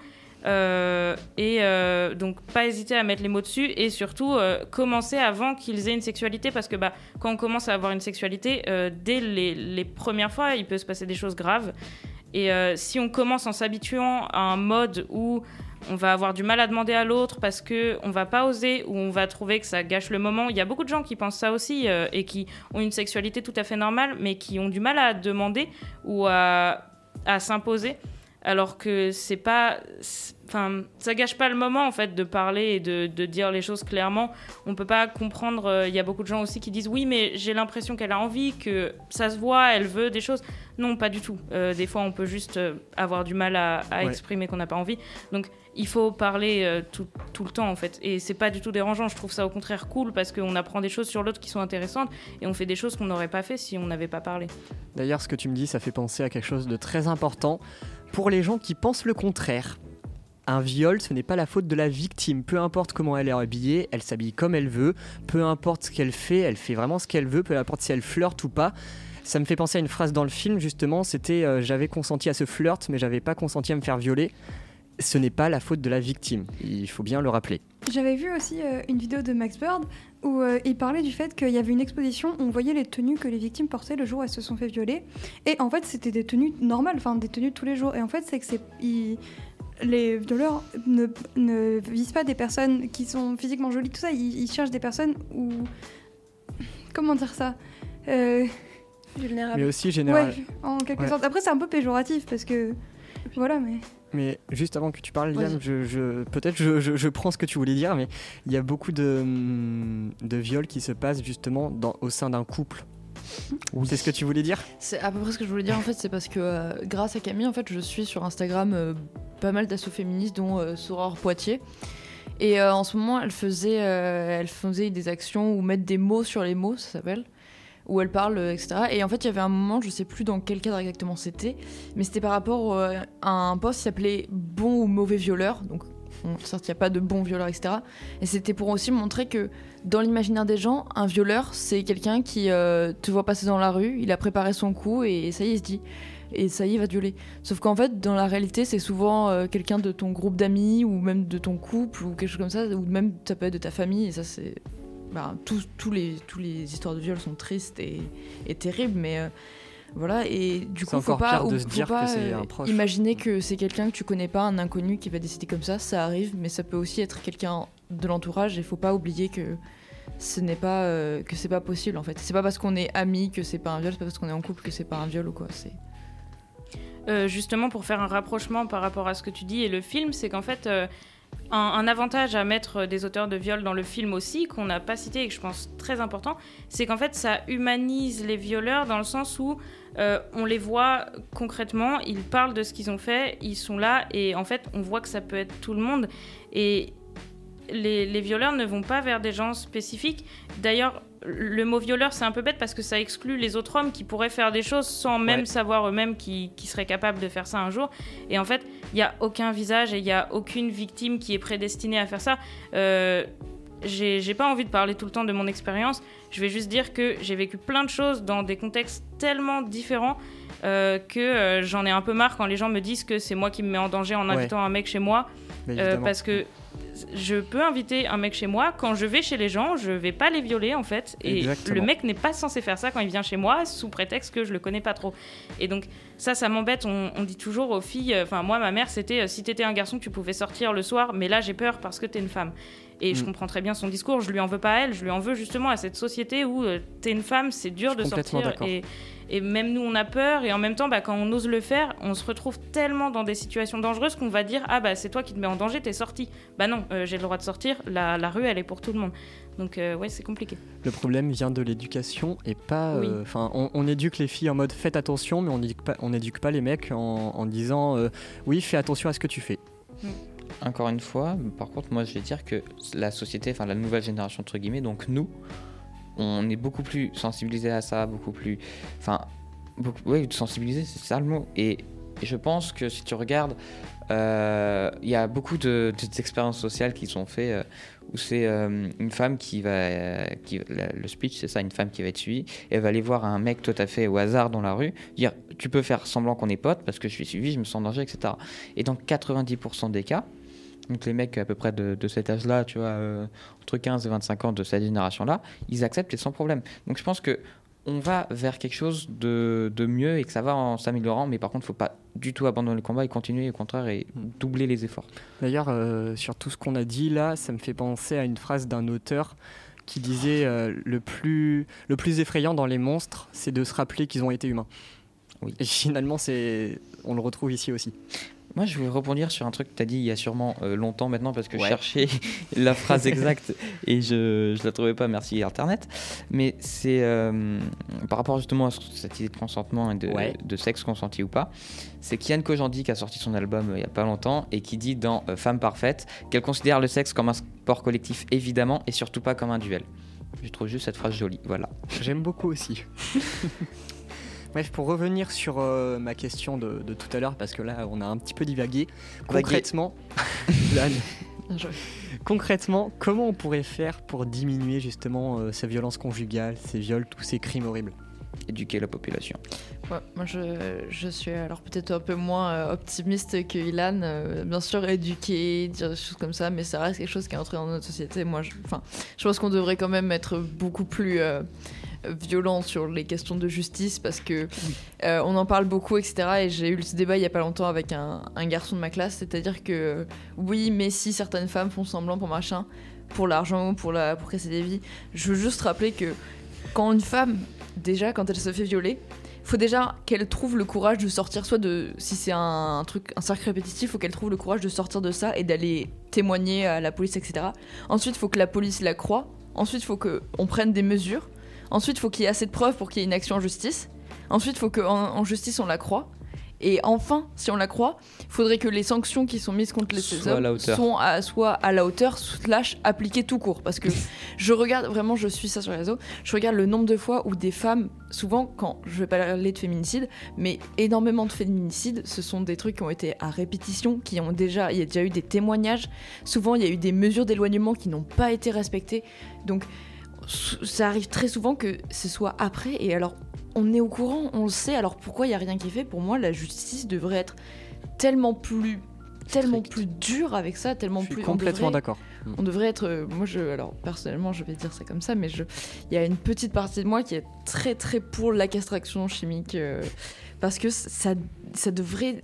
Donc pas hésiter à mettre les mots dessus et surtout commencer avant qu'ils aient une sexualité, parce que quand on commence à avoir une sexualité, dès les premières fois, il peut se passer des choses graves. Et si on commence en s'habituant à un mode où on va avoir du mal à demander à l'autre parce qu'on va pas oser, ou on va trouver que ça gâche le moment. Il y a beaucoup de gens qui pensent ça aussi et qui ont une sexualité tout à fait normale, mais qui ont du mal à demander ou à s'imposer. Alors que c'est pas... ça gâche pas le moment, en fait, de parler et de dire les choses clairement. On peut pas comprendre... Il y a beaucoup de gens aussi qui disent « Oui, mais j'ai l'impression qu'elle a envie, que ça se voit, elle veut des choses. » Non, pas du tout. Des fois, on peut juste avoir du mal à exprimer qu'on n'a pas envie. Donc, il faut parler tout le temps, en fait. Et c'est pas du tout dérangeant. Je trouve ça, au contraire, cool, parce qu'on apprend des choses sur l'autre qui sont intéressantes et on fait des choses qu'on n'aurait pas fait si on n'avait pas parlé. D'ailleurs, ce que tu me dis, ça fait penser à quelque chose de très important. Pour les gens qui pensent le contraire, un viol, ce n'est pas la faute de la victime. Peu importe comment elle est habillée, elle s'habille comme elle veut. Peu importe ce qu'elle fait vraiment ce qu'elle veut. Peu importe si elle flirte ou pas. Ça me fait penser à une phrase dans le film, justement. C'était j'avais consenti à ce flirt, mais j'avais pas consenti à me faire violer. Ce n'est pas la faute de la victime. Il faut bien le rappeler. J'avais vu aussi une vidéo de Max Bird où il parlait du fait qu'il y avait une exposition où on voyait les tenues que les victimes portaient le jour où elles se sont fait violer. Et en fait, c'était des tenues normales, des tenues de tous les jours. Et en fait, c'est que les violeurs ne visent pas des personnes qui sont physiquement jolies, tout ça. Ils cherchent des personnes où... Comment dire ça vulnérables. Mais aussi général. Ouais, en quelque sorte. Après, c'est un peu péjoratif parce que... Voilà, Mais juste avant que tu parles, Liam, je prends ce que tu voulais dire, mais il y a beaucoup de viols qui se passent justement au sein d'un couple. Oui. C'est ce que tu voulais dire ? C'est à peu près ce que je voulais dire, en fait, c'est parce que grâce à Camille, en fait, je suis sur Instagram pas mal d'assauts féministes, dont Soror Poitiers. Et en ce moment, elle faisait des actions où mettre des mots sur les mots, ça s'appelle, où elle parle, etc. Et en fait, il y avait un moment, je sais plus dans quel cadre exactement c'était, mais c'était par rapport à un post qui s'appelait « Bon ou mauvais violeur ». Donc, certes, il n'y a pas de bon violeur, etc. Et c'était pour aussi montrer que dans l'imaginaire des gens, un violeur, c'est quelqu'un qui te voit passer dans la rue, il a préparé son coup et ça y est, il se dit... Et ça y est, il va te violer. Sauf qu'en fait, dans la réalité, c'est souvent quelqu'un de ton groupe d'amis ou même de ton couple ou quelque chose comme ça, ou même ça peut être de ta famille, et ça, c'est tous les histoires de viol sont tristes et terribles, mais voilà, et du coup, faut pas imaginer que c'est quelqu'un que tu connais pas, un inconnu qui va décider comme ça arrive, mais ça peut aussi être quelqu'un de l'entourage, et faut pas oublier que c'est pas possible en fait. C'est pas parce qu'on est amis que c'est pas un viol, c'est pas parce qu'on est en couple que c'est pas un viol ou quoi. Justement, pour faire un rapprochement par rapport à ce que tu dis et le film, c'est qu'en fait, un avantage à mettre des auteurs de viol dans le film aussi, qu'on n'a pas cité et que je pense très important, c'est qu'en fait, ça humanise les violeurs dans le sens où on les voit concrètement, ils parlent de ce qu'ils ont fait, ils sont là, et en fait, on voit que ça peut être tout le monde. Et les violeurs ne vont pas vers des gens spécifiques. D'ailleurs, le mot violeur, c'est un peu bête parce que ça exclut les autres hommes qui pourraient faire des choses sans même savoir eux-mêmes qu'ils seraient capables de faire ça un jour. Et en fait, il n'y a aucun visage et il n'y a aucune victime qui est prédestinée à faire ça. J'ai pas envie de parler tout le temps de mon expérience. Je vais juste dire que j'ai vécu plein de choses dans des contextes tellement différents que j'en ai un peu marre quand les gens me disent que c'est moi qui me mets en danger en invitant un mec chez moi. Parce que je peux inviter un mec chez moi. Quand je vais chez les gens, je vais pas les violer en fait. Et le mec n'est pas censé faire ça quand il vient chez moi sous prétexte que je le connais pas trop. Et donc ça m'embête. On dit toujours aux filles, moi ma mère c'était si t'étais un garçon tu pouvais sortir le soir, mais là j'ai peur parce que t'es une femme. Et je comprends très bien son discours, je lui en veux pas à elle, je lui en veux justement à cette société où t'es une femme, c'est dur de sortir. Et même nous, on a peur. Et en même temps, quand on ose le faire, on se retrouve tellement dans des situations dangereuses qu'on va dire « Ah, c'est toi qui te mets en danger, t'es sorti. » Non, j'ai le droit de sortir. La rue, elle est pour tout le monde. Donc, c'est compliqué. Le problème vient de l'éducation et pas... on éduque les filles en mode « Faites attention », mais on n'éduque pas les mecs en disant « Oui, fais attention à ce que tu fais. » Encore une fois, par contre, moi, je vais dire que la société, la nouvelle génération, entre guillemets, donc nous... on est beaucoup plus sensibilisé à ça, sensibilisé, c'est ça le mot. Et je pense que si tu regardes, il y a beaucoup d'expériences sociales qui sont faites où c'est une femme le speech c'est ça, une femme qui va être suivie, et elle va aller voir un mec tout à fait au hasard dans la rue, dire tu peux faire semblant qu'on est potes parce que je suis suivi, je me sens en danger, etc. Et dans 90% des cas, donc les mecs à peu près de cet âge-là, tu vois, entre 15 et 25 ans de cette génération-là, ils acceptent et sans problème. Donc je pense qu'on va vers quelque chose de mieux et que ça va en s'améliorant, mais par contre, il ne faut pas du tout abandonner le combat et continuer, au contraire, et doubler les efforts. D'ailleurs, sur tout ce qu'on a dit là, ça me fait penser à une phrase d'un auteur qui disait le plus effrayant dans les monstres, c'est de se rappeler qu'ils ont été humains. Oui. Et finalement, on le retrouve ici aussi. Moi, je voulais rebondir sur un truc que tu as dit il y a sûrement longtemps maintenant, parce que je cherchais la phrase exacte et je la trouvais pas, merci Internet. Mais c'est par rapport justement à cette idée de consentement et de sexe consenti ou pas. C'est Kian Kojandi qui a sorti son album il y a pas longtemps et qui dit dans Femme parfaite qu'elle considère le sexe comme un sport collectif évidemment et surtout pas comme un duel. Je trouve juste cette phrase jolie, voilà. J'aime beaucoup aussi. Bref, pour revenir sur ma question de tout à l'heure, parce que là, on a un petit peu divagué. Concrètement, comment on pourrait faire pour diminuer justement ces violences conjugales, ces viols, tous ces crimes horribles ? Éduquer la population. Ouais, moi, je suis alors peut-être un peu moins optimiste que Ilan. Bien sûr, éduquer, dire des choses comme ça, mais ça reste quelque chose qui est entré dans notre société. Moi, je pense qu'on devrait quand même être beaucoup plus... violent sur les questions de justice parce que on en parle beaucoup, etc. Et j'ai eu ce débat il y a pas longtemps avec un garçon de ma classe, c'est-à-dire que oui, mais si certaines femmes font semblant pour machin, pour l'argent, pour casser des vies, je veux juste rappeler que quand une femme, déjà quand elle se fait violer, faut déjà qu'elle trouve le courage de sortir, si c'est un cercle répétitif, faut qu'elle trouve le courage de sortir de ça et d'aller témoigner à la police, etc. Ensuite, faut que la police la croie. Ensuite, faut qu'on prenne des mesures. Ensuite, il faut qu'il y ait assez de preuves pour qu'il y ait une action en justice. Ensuite, il faut qu'en justice, on la croie. Et enfin, si on la croit, il faudrait que les sanctions qui sont mises contre ces hommes soient à la hauteur, / appliquées tout court. Parce que je regarde, vraiment, je suis ça sur les réseaux, je regarde le nombre de fois où des femmes, souvent, quand je vais pas parler de féminicide, mais énormément de féminicides, ce sont des trucs qui ont été à répétition, il y a déjà eu des témoignages. Souvent, il y a eu des mesures d'éloignement qui n'ont pas été respectées. Donc, ça arrive très souvent que ce soit après, et alors on est au courant, on le sait, alors pourquoi il n'y a rien qui est fait ? Pour moi, la justice devrait être tellement plus dure avec ça, tellement plus... Je suis complètement d'accord. On devrait être. Alors personnellement, je vais dire ça comme ça, mais il y a une petite partie de moi qui est très très pour la castration chimique parce que ça devrait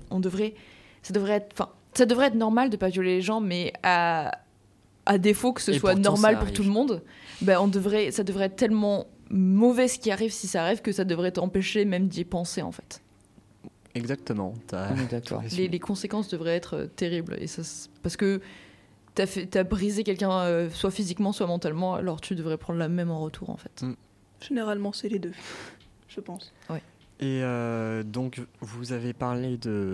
être normal de pas violer les gens, mais à défaut que ce soit normal pour tout le monde, ça devrait être tellement mauvais ce qui arrive si ça arrive que ça devrait t'empêcher même d'y penser en fait. Exactement. On est d'accord. Les conséquences devraient être terribles et ça, parce que t'as brisé quelqu'un soit physiquement soit mentalement, alors tu devrais prendre la même en retour en fait. Généralement c'est les deux, je pense. Ouais. Et donc vous avez parlé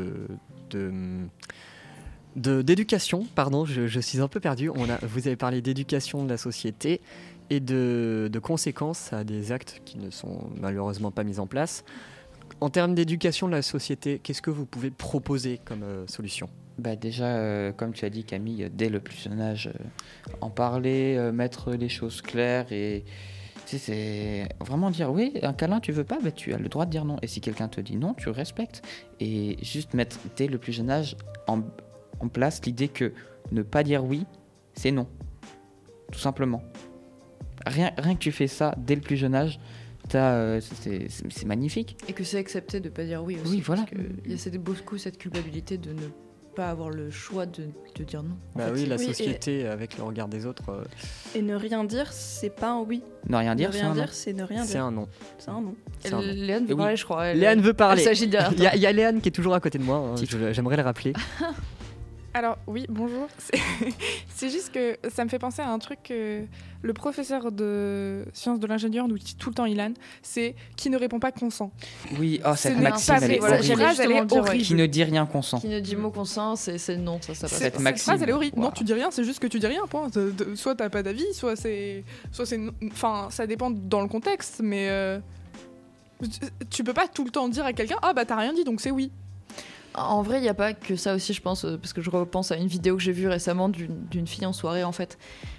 d'éducation, pardon, je suis un peu perdu. Vous avez parlé d'éducation de la société et de conséquences à des actes qui ne sont malheureusement pas mis en place. En termes d'éducation de la société, qu'est-ce que vous pouvez proposer comme solution ? Déjà, comme tu as dit Camille, dès le plus jeune âge, en parler, mettre les choses claires et c'est vraiment dire oui, un câlin tu veux pas, tu as le droit de dire non. Et si quelqu'un te dit non, tu respectes. Et juste mettre dès le plus jeune âge en place l'idée que ne pas dire oui, c'est non. Tout simplement. Rien que tu fais ça dès le plus jeune âge, c'est magnifique. Et que c'est accepté de pas dire oui aussi. Oui, voilà. Parce qu'il y a beaucoup cette culpabilité de ne pas avoir le choix de dire non. La société avec le regard des autres. Et ne rien dire, c'est pas un oui. Ne rien dire, c'est ne rien dire. C'est un non. C'est un non. Léane veut parler, je crois. Léane veut parler. Il s'agit derrière toi. Il y a Léane qui est toujours à côté de moi. J'aimerais le rappeler. Alors oui, bonjour. C'est juste que ça me fait penser à un truc que le professeur de sciences de l'ingénieur nous dit tout le temps, Ilan, c'est qui ne répond pas consent. Oui, cette maxime, elle est horrible. Qui ne dit rien consent. Qui ne dit mot consent, c'est non, ça passe. Cette phrase, elle est horrible. Non, tu dis rien, c'est juste que tu dis rien, point. Soit t'as pas d'avis, soit c'est... Enfin, ça dépend dans le contexte, mais... tu peux pas tout le temps dire à quelqu'un, t'as rien dit, donc c'est oui. En vrai, il n'y a pas que ça aussi, je pense, parce que je repense à une vidéo que j'ai vue récemment d'une fille en soirée, en fait.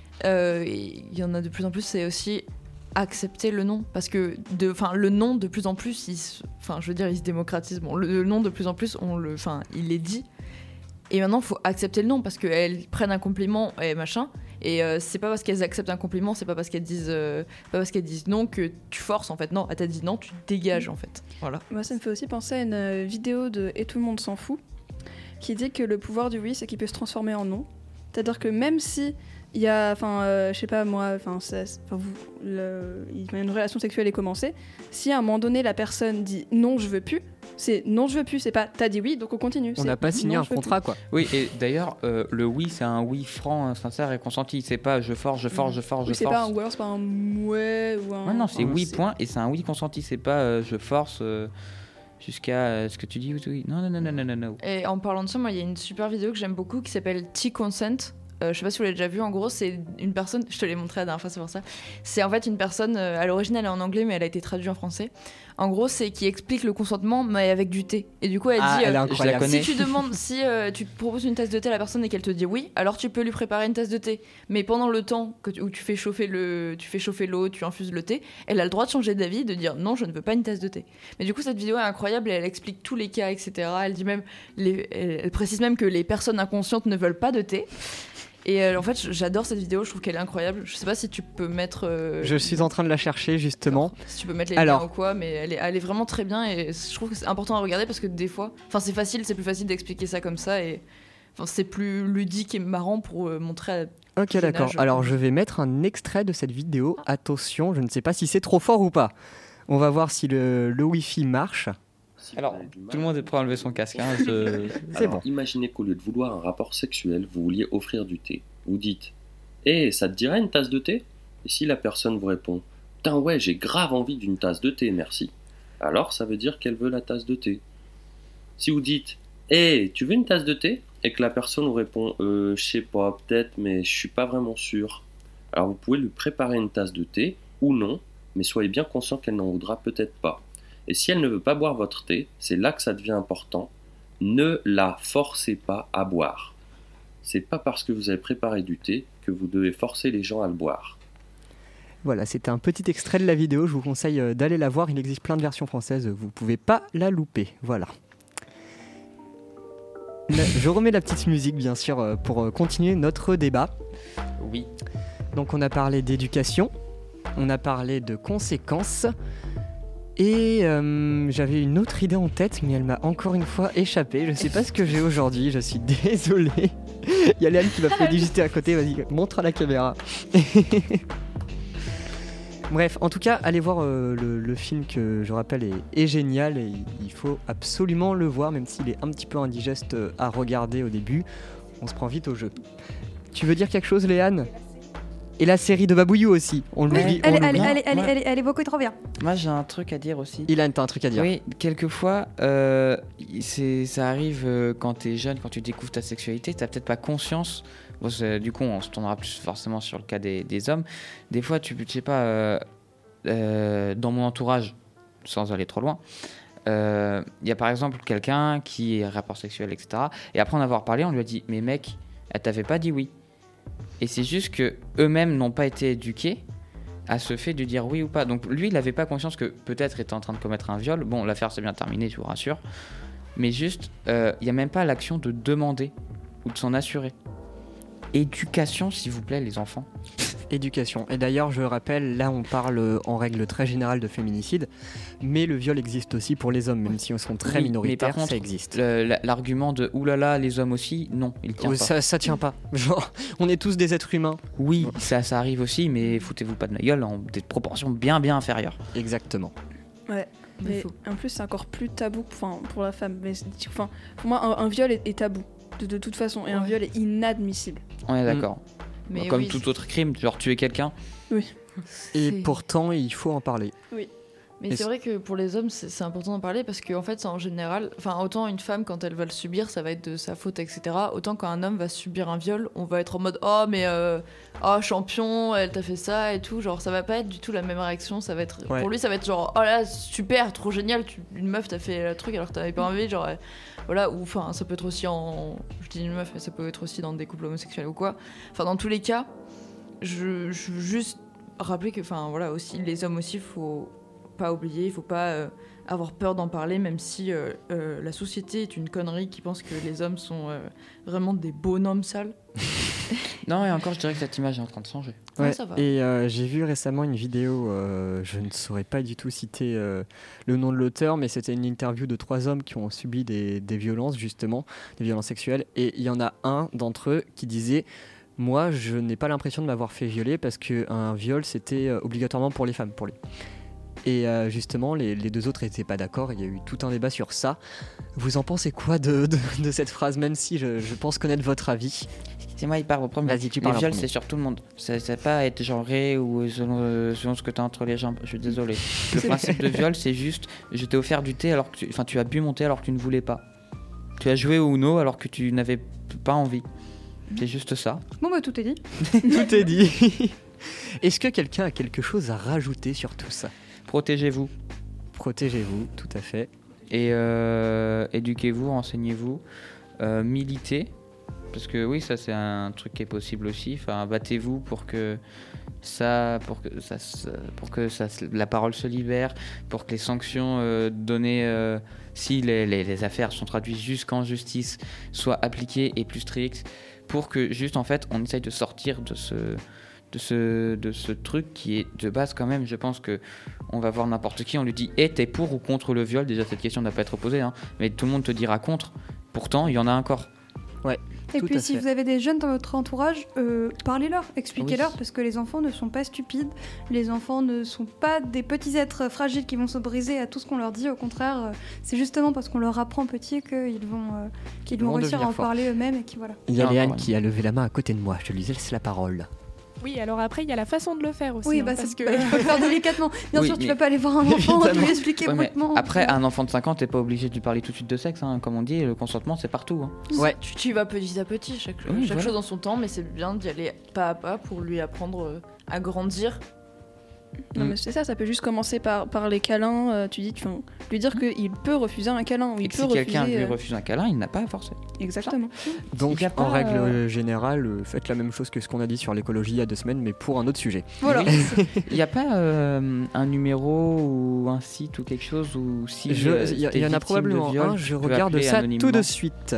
Il y en a de plus en plus, c'est aussi accepter le non. Parce que le non, de plus en plus, il se démocratise. Bon, le non, de plus en plus, il est dit. Et maintenant, il faut accepter le non, parce qu'elles prennent un compliment et machin. Et c'est pas parce qu'elles acceptent un compliment, c'est pas parce qu'elles disent non que tu forces en fait. Non, elle t'a dit non, tu dégages en fait. Voilà. Moi, ça me fait aussi penser à une vidéo de Et tout le monde s'en fout, qui dit que le pouvoir du oui, c'est qu'il peut se transformer en non. C'est-à-dire que même si il y a, je sais pas moi, une relation sexuelle est commencée, si à un moment donné la personne dit non, je veux plus, c'est non, je veux plus, c'est pas t'as dit oui, donc on continue. On n'a pas signé un contrat, quoi. Oui, et d'ailleurs, le oui, c'est un oui franc, sincère et consenti. C'est pas je force. C'est pas un ou alors c'est pas un ouais ou un. Non, c'est oui, point, et c'est un oui consenti. C'est pas je force jusqu'à ce que tu dis oui. Non. Et en parlant de ça, moi, il y a une super vidéo que j'aime beaucoup qui s'appelle T-Consent. Je sais pas si vous l'avez déjà vu, en gros c'est une personne, je te l'ai montré la dernière fois, c'est pour ça. C'est en fait une personne, à l'origine elle est en anglais mais elle a été traduite en français. En gros c'est qui explique le consentement mais avec du thé. Et du coup elle dit, je la connais. si tu demandes, si tu proposes une tasse de thé à la personne et qu'elle te dit oui, alors tu peux lui préparer une tasse de thé. Mais pendant le temps où tu fais chauffer l'eau, tu infuses le thé, elle a le droit de changer d'avis, de dire non je ne veux pas une tasse de thé. Mais du coup cette vidéo est incroyable et elle explique tous les cas, etc. Elle dit même, elle précise même que les personnes inconscientes ne veulent pas de thé. Et en fait, j'adore cette vidéo, je trouve qu'elle est incroyable. Je sais pas si tu peux mettre... Je suis en train de la chercher, justement. Si tu peux mettre les liens ou quoi, mais elle est vraiment très bien et je trouve que c'est important à regarder parce que des fois... Enfin, c'est plus facile d'expliquer ça comme ça et c'est plus ludique et marrant pour montrer à... Ok, d'accord. Alors, je vais mettre un extrait de cette vidéo. Attention, je ne sais pas si c'est trop fort ou pas. On va voir si le Wi-Fi marche. Alors, tout le monde est prêt à enlever son casque. C'est bon. Imaginez qu'au lieu de vouloir un rapport sexuel, vous vouliez offrir du thé. Vous dites « ça te dirait une tasse de thé ?» Et si la personne vous répond « Putain ouais, j'ai grave envie d'une tasse de thé, merci. » Alors ça veut dire qu'elle veut la tasse de thé. Si vous dites « tu veux une tasse de thé ?» et que la personne vous répond « je sais pas, peut-être, mais je suis pas vraiment sûr. » Alors vous pouvez lui préparer une tasse de thé, ou non, mais soyez bien conscient qu'elle n'en voudra peut-être pas. Et si elle ne veut pas boire votre thé, c'est là que ça devient important. Ne la forcez pas à boire. C'est pas parce que vous avez préparé du thé que vous devez forcer les gens à le boire. Voilà, c'était un petit extrait de la vidéo. Je vous conseille d'aller la voir. Il existe plein de versions françaises. Vous pouvez pas la louper. Voilà. Je remets la petite musique, bien sûr, pour continuer notre débat. Oui. Donc on a parlé d'éducation, on a parlé de conséquences, et j'avais une autre idée en tête, mais elle m'a encore une fois échappé. Je sais pas ce que j'ai aujourd'hui, je suis désolé. Il y a Léane qui m'a fait juste à côté, vas-y, montre à la caméra. Bref, en tout cas, allez voir le film que je rappelle est génial, et il faut absolument le voir, même s'il est un petit peu indigeste à regarder au début. On se prend vite au jeu. Tu veux dire quelque chose, Léane ? Et la série de Babouillou aussi. On l'oublie. Elle est beaucoup trop bien. Moi, j'ai un truc à dire aussi. Ilan, t'as un truc à dire. Oui, quelquefois, ça arrive quand t'es jeune, quand tu découvres ta sexualité, t'as peut-être pas conscience. Bon, du coup, on se tournera plus forcément sur le cas des hommes. Des fois, tu sais pas, dans mon entourage, sans aller trop loin, il y a par exemple quelqu'un qui est rapport sexuel, etc. Et après en avoir parlé, on lui a dit « Mais mec, elle t'avait pas dit oui ». Et c'est juste que eux-mêmes n'ont pas été éduqués à ce fait de dire oui ou pas. Donc lui, il n'avait pas conscience que peut-être était en train de commettre un viol. Bon, l'affaire s'est bien terminée, je vous rassure. Mais juste, il n'y a même pas l'action de demander ou de s'en assurer. Éducation, s'il vous plaît, les enfants. Éducation. Et d'ailleurs, je rappelle, là on parle en règle très générale de féminicide, mais le viol existe aussi pour les hommes, même si on sont très minoritaires, mais par contre, ça existe. L'argument de oulala, les hommes aussi, non, il tient pas. Ça tient pas. Genre, on est tous des êtres humains. Oui, ça arrive aussi, mais foutez-vous pas de ma gueule en des proportions bien inférieures. Exactement. Ouais. Mais en plus, c'est encore plus tabou pour la femme. Mais, pour moi, un viol est tabou, de toute façon, et un viol est inadmissible. On est d'accord. Mais comme tout autre crime, genre tuer quelqu'un. Oui. Et pourtant, il faut en parler. Oui. Mais c'est vrai que pour les hommes, c'est important d'en parler parce qu'en fait, en général, autant une femme, quand elle va le subir, ça va être de sa faute, etc. Autant quand un homme va subir un viol, on va être en mode oh, mais champion, elle t'a fait ça et tout. Genre, ça va pas être du tout la même réaction. Ça va être, pour lui, ça va être genre oh là, super, trop génial, une meuf t'a fait le truc alors que t'avais pas envie. Genre, voilà, ou ça peut être aussi je dis une meuf, mais ça peut être aussi dans des couples homosexuels ou quoi. Dans tous les cas, je veux juste rappeler que, voilà, aussi, les hommes aussi, faut pas oublier, il faut pas avoir peur d'en parler, même si la société est une connerie qui pense que les hommes sont vraiment des bonhommes sales. Non, et encore, je dirais que cette image est en train de changer. Ouais, ça va. Et j'ai vu récemment une vidéo, je ne saurais pas du tout citer le nom de l'auteur, mais c'était une interview de 3 hommes qui ont subi des violences, justement, des violences sexuelles, et il y en a un d'entre eux qui disait « Moi, je n'ai pas l'impression de m'avoir fait violer parce qu'un viol, c'était obligatoirement pour les femmes, pour lui. » Et justement, les 2 autres n'étaient pas d'accord. Il y a eu tout un débat sur ça. Vous en pensez quoi de cette phrase, même si je pense connaître votre avis? C'est moi, il parle au premier. Vas-y, tu parles. Le viol, c'est sur tout le monde. Ça ne pas être genré ou selon ce que tu as entre les jambes. Je suis désolé. Le principe de viol, c'est juste je t'ai offert du thé alors que tu as bu mon thé alors que tu ne voulais pas. Tu as joué au Uno alors que tu n'avais pas envie. C'est juste ça. Bon, tout est dit. Tout est dit. Est-ce que quelqu'un a quelque chose à rajouter sur tout ça? Protégez-vous. Protégez-vous, tout à fait. Et éduquez-vous, renseignez-vous, militez. Parce que oui, ça c'est un truc qui est possible aussi. Battez-vous pour que la parole se libère, pour que les sanctions données, si les affaires sont traduites jusqu'en justice, soient appliquées et plus strictes, pour que juste en fait on essaye de sortir de ce truc qui est de base quand même. Je pense que on va voir n'importe qui, on lui dit t'es pour ou contre le viol? Déjà cette question n'a pas à être posée, mais tout le monde te dira contre. Pourtant il y en a encore. Ouais. Et puis si vous avez des jeunes dans votre entourage, parlez-leur, expliquez-leur, parce que les enfants ne sont pas stupides, les enfants ne sont pas des petits êtres fragiles qui vont se briser à tout ce qu'on leur dit. Au contraire, c'est justement parce qu'on leur apprend petit qu'ils vont réussir à en parler eux-mêmes. Et voilà. Il y a Léane qui a levé la main à côté de moi, je lui laisse la parole. Oui, alors après, il y a la façon de le faire aussi. Oui, parce que il faut le faire délicatement. Bien sûr, tu vas pas aller voir un enfant et lui expliquer brutalement. Après, un enfant de 5 ans, t'es pas obligé de lui parler tout de suite de sexe. Comme on dit, le consentement, c'est partout. Ouais. Tu vas petit à petit, chaque chose dans son temps, mais c'est bien d'y aller pas à pas pour lui apprendre à grandir. Non, mais c'est ça peut juste commencer par les câlins. Tu lui dire qu'il peut refuser un câlin. Ou il peut si quelqu'un lui refuse un câlin, il n'a pas à forcer. Exactement. Donc, en règle générale, faites la même chose que ce qu'on a dit sur l'écologie il y a 2 semaines, mais pour un autre sujet. Voilà. Il n'y a pas un numéro ou un site ou quelque chose où si il y en a probablement un, je regarde ça tout de suite.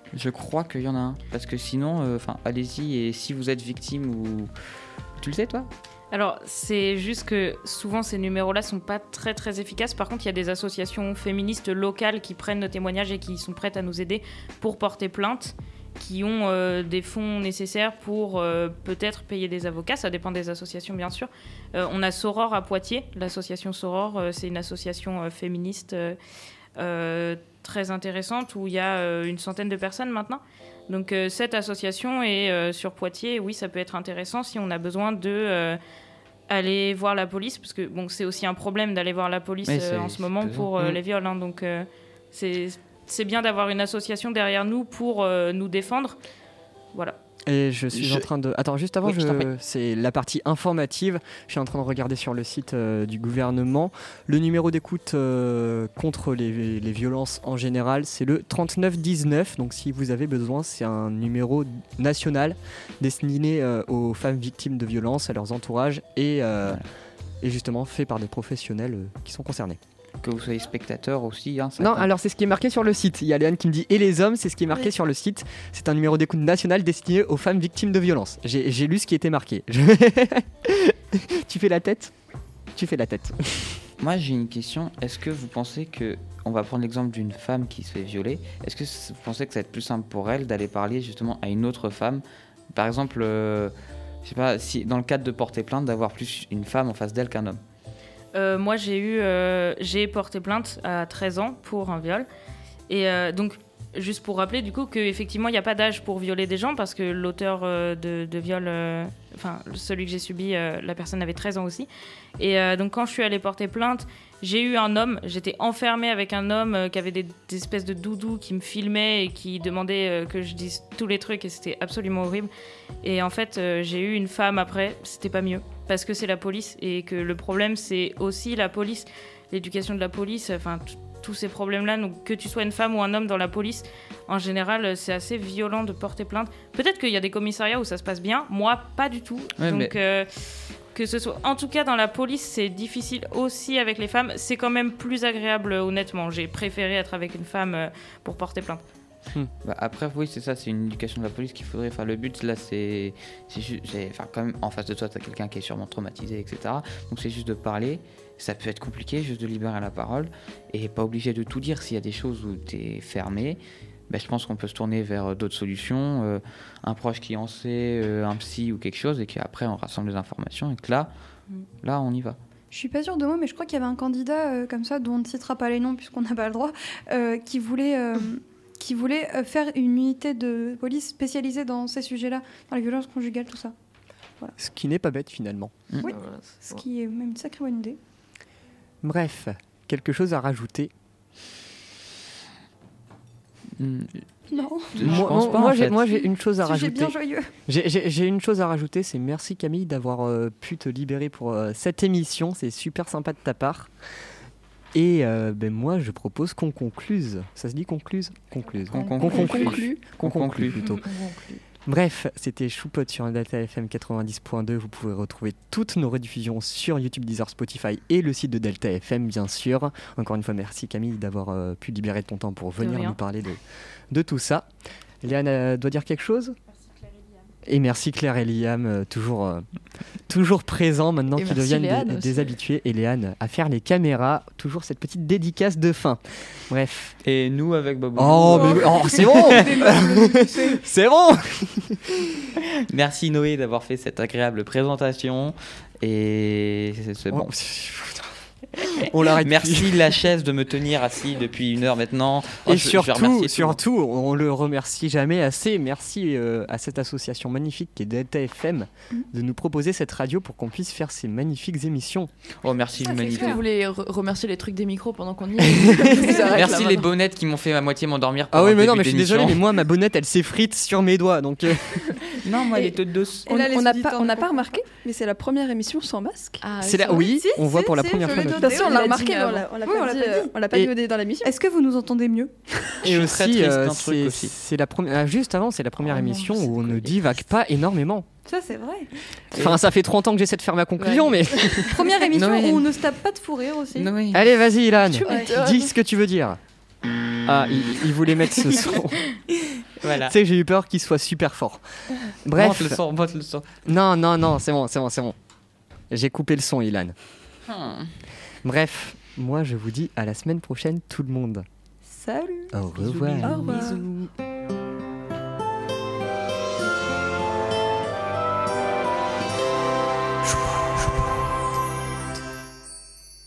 Je crois qu'il y en a un. Parce que sinon, allez-y, et si vous êtes victime ou... Tu le sais, toi ? Alors, c'est juste que souvent ces numéros-là sont pas très très efficaces. Par contre, il y a des associations féministes locales qui prennent nos témoignages et qui sont prêtes à nous aider pour porter plainte, qui ont des fonds nécessaires pour peut-être payer des avocats. Ça dépend des associations, bien sûr. On a Soror à Poitiers. L'association Soror, c'est une association féministe très intéressante où il y a une centaine de personnes maintenant. Donc cette association est sur Poitiers. Oui, ça peut être intéressant si on a besoin de aller voir la police, parce que bon, c'est aussi un problème d'aller voir la police en ce moment pour les viols. Hein, donc c'est bien d'avoir une association derrière nous pour nous défendre. Voilà. Et je suis en train de... Attends, juste avant, c'est la partie informative. Je suis en train de regarder sur le site du gouvernement. Le numéro d'écoute contre les violences en général, c'est le 3919. Donc si vous avez besoin, c'est un numéro national destiné aux femmes victimes de violences, à leurs entourages et justement fait par des professionnels qui sont concernés. Que vous soyez spectateur aussi. Hein, non, alors c'est ce qui est marqué sur le site. Il y a Léane qui me dit « Et les hommes », c'est ce qui est marqué sur le site. C'est un numéro d'écoute national destiné aux femmes victimes de violences. J'ai lu ce qui était marqué. Tu fais la tête ? Tu fais la tête. Moi, j'ai une question. Est-ce que vous pensez que... On va prendre l'exemple d'une femme qui se fait violer. Est-ce que vous pensez que ça va être plus simple pour elle d'aller parler justement à une autre femme ? Par exemple, je sais pas, si dans le cadre de porter plainte, d'avoir plus une femme en face d'elle qu'un homme. Moi, j'ai porté plainte à 13 ans pour un viol. Et donc, juste pour rappeler, du coup, qu'effectivement, il n'y a pas d'âge pour violer des gens, parce que l'auteur de viol, celui que j'ai subi, la personne avait 13 ans aussi. Et donc, quand je suis allée porter plainte, j'ai eu un homme, j'étais enfermée avec un homme qui avait des espèces de doudous qui me filmait et qui demandait que je dise tous les trucs, et c'était absolument horrible. Et en fait, j'ai eu une femme après, c'était pas mieux. Parce que c'est la police, et que le problème, c'est aussi la police, l'éducation de la police, tous ces problèmes-là. Donc, que tu sois une femme ou un homme dans la police, en général, c'est assez violent de porter plainte. Peut-être qu'il y a des commissariats où ça se passe bien, moi, pas du tout. Ouais, donc, que ce soit... En tout cas, dans la police, c'est difficile aussi avec les femmes. C'est quand même plus agréable, honnêtement. J'ai préféré être avec une femme pour porter plainte. Après, oui, c'est ça, c'est une éducation de la police qu'il faudrait. Le but là, c'est juste, quand même, en face de toi, t'as quelqu'un qui est sûrement traumatisé, etc. Donc c'est juste de parler. Ça peut être compliqué, juste de libérer la parole et pas obligé de tout dire. S'il y a des choses où t'es fermé, je pense qu'on peut se tourner vers d'autres solutions, un proche qui en sait, un psy ou quelque chose, et qu'après on rassemble les informations et que là, on y va. Je suis pas sûre de moi, mais je crois qu'il y avait un candidat comme ça, dont on ne citera pas les noms puisqu'on n'a pas le droit, qui voulait faire une unité de police spécialisée dans ces sujets-là, dans les violences conjugales, tout ça. Voilà. Ce qui n'est pas bête finalement. Oui, ce qui est même une sacrée bonne idée. Bref, quelque chose à rajouter? Non. Moi, j'ai une chose à rajouter. Bien joyeux. J'ai une chose à rajouter, c'est merci Camille d'avoir pu te libérer pour cette émission. C'est super sympa de ta part. Et moi, je propose qu'on concluse. Ça se dit concluse? Qu'on conclue plutôt. Bref, c'était Choupote sur Delta FM 90.2. Vous pouvez retrouver toutes nos rediffusions sur YouTube, Deezer, Spotify et le site de Delta FM, bien sûr. Encore une fois, merci Camille d'avoir pu libérer ton temps pour venir nous parler de tout ça. Léane doit dire quelque chose? Et merci Claire et Liam, toujours présents maintenant, qui deviennent des habitués. Et Léane à faire les caméras, toujours cette petite dédicace de fin. Bref. Et nous avec Bobo. C'est bon. C'est bon. Merci Noé d'avoir fait cette agréable présentation. Et c'est bon. On l'arrête. Merci la chaise de me tenir assis depuis 1 heure maintenant. Et surtout, on le remercie jamais assez. Merci à cette association magnifique qui est Delta FM de nous proposer cette radio pour qu'on puisse faire ces magnifiques émissions. Oh, merci l'humanité. Est-ce que vous voulez remercier les trucs des micros pendant qu'on y est? Merci les bonnettes qui m'ont fait à moitié m'endormir. Ah oui, mais non, mais je suis désolé, mais moi ma bonnette elle s'effrite sur mes doigts, donc. Non, moi elle est toute douce. On n'a pas remarqué, mais c'est la première émission sans masque. C'est là, oui, on voit pour la première fois. De toute façon, on l'a remarqué, mais on l'a pas dit dans la mission. Est-ce que vous nous entendez mieux? Et aussi, c'est la première. Juste avant, c'est la première émission où on ne divague pas énormément. Ça, c'est vrai. Enfin, ça fait 30 ans que j'essaie de faire ma conclusion, mais. Première émission où on ne se tape pas de fou rire aussi. Allez, vas-y, Ilan. Dis ce que tu veux dire. Ah, il voulait mettre ce son. Voilà. Tu sais, j'ai eu peur qu'il soit super fort. Bref. Monte le son. Non, c'est bon. J'ai coupé le son, Ilan. Bref, moi je vous dis à la semaine prochaine, tout le monde. Salut. Au revoir. Au revoir. Bisous.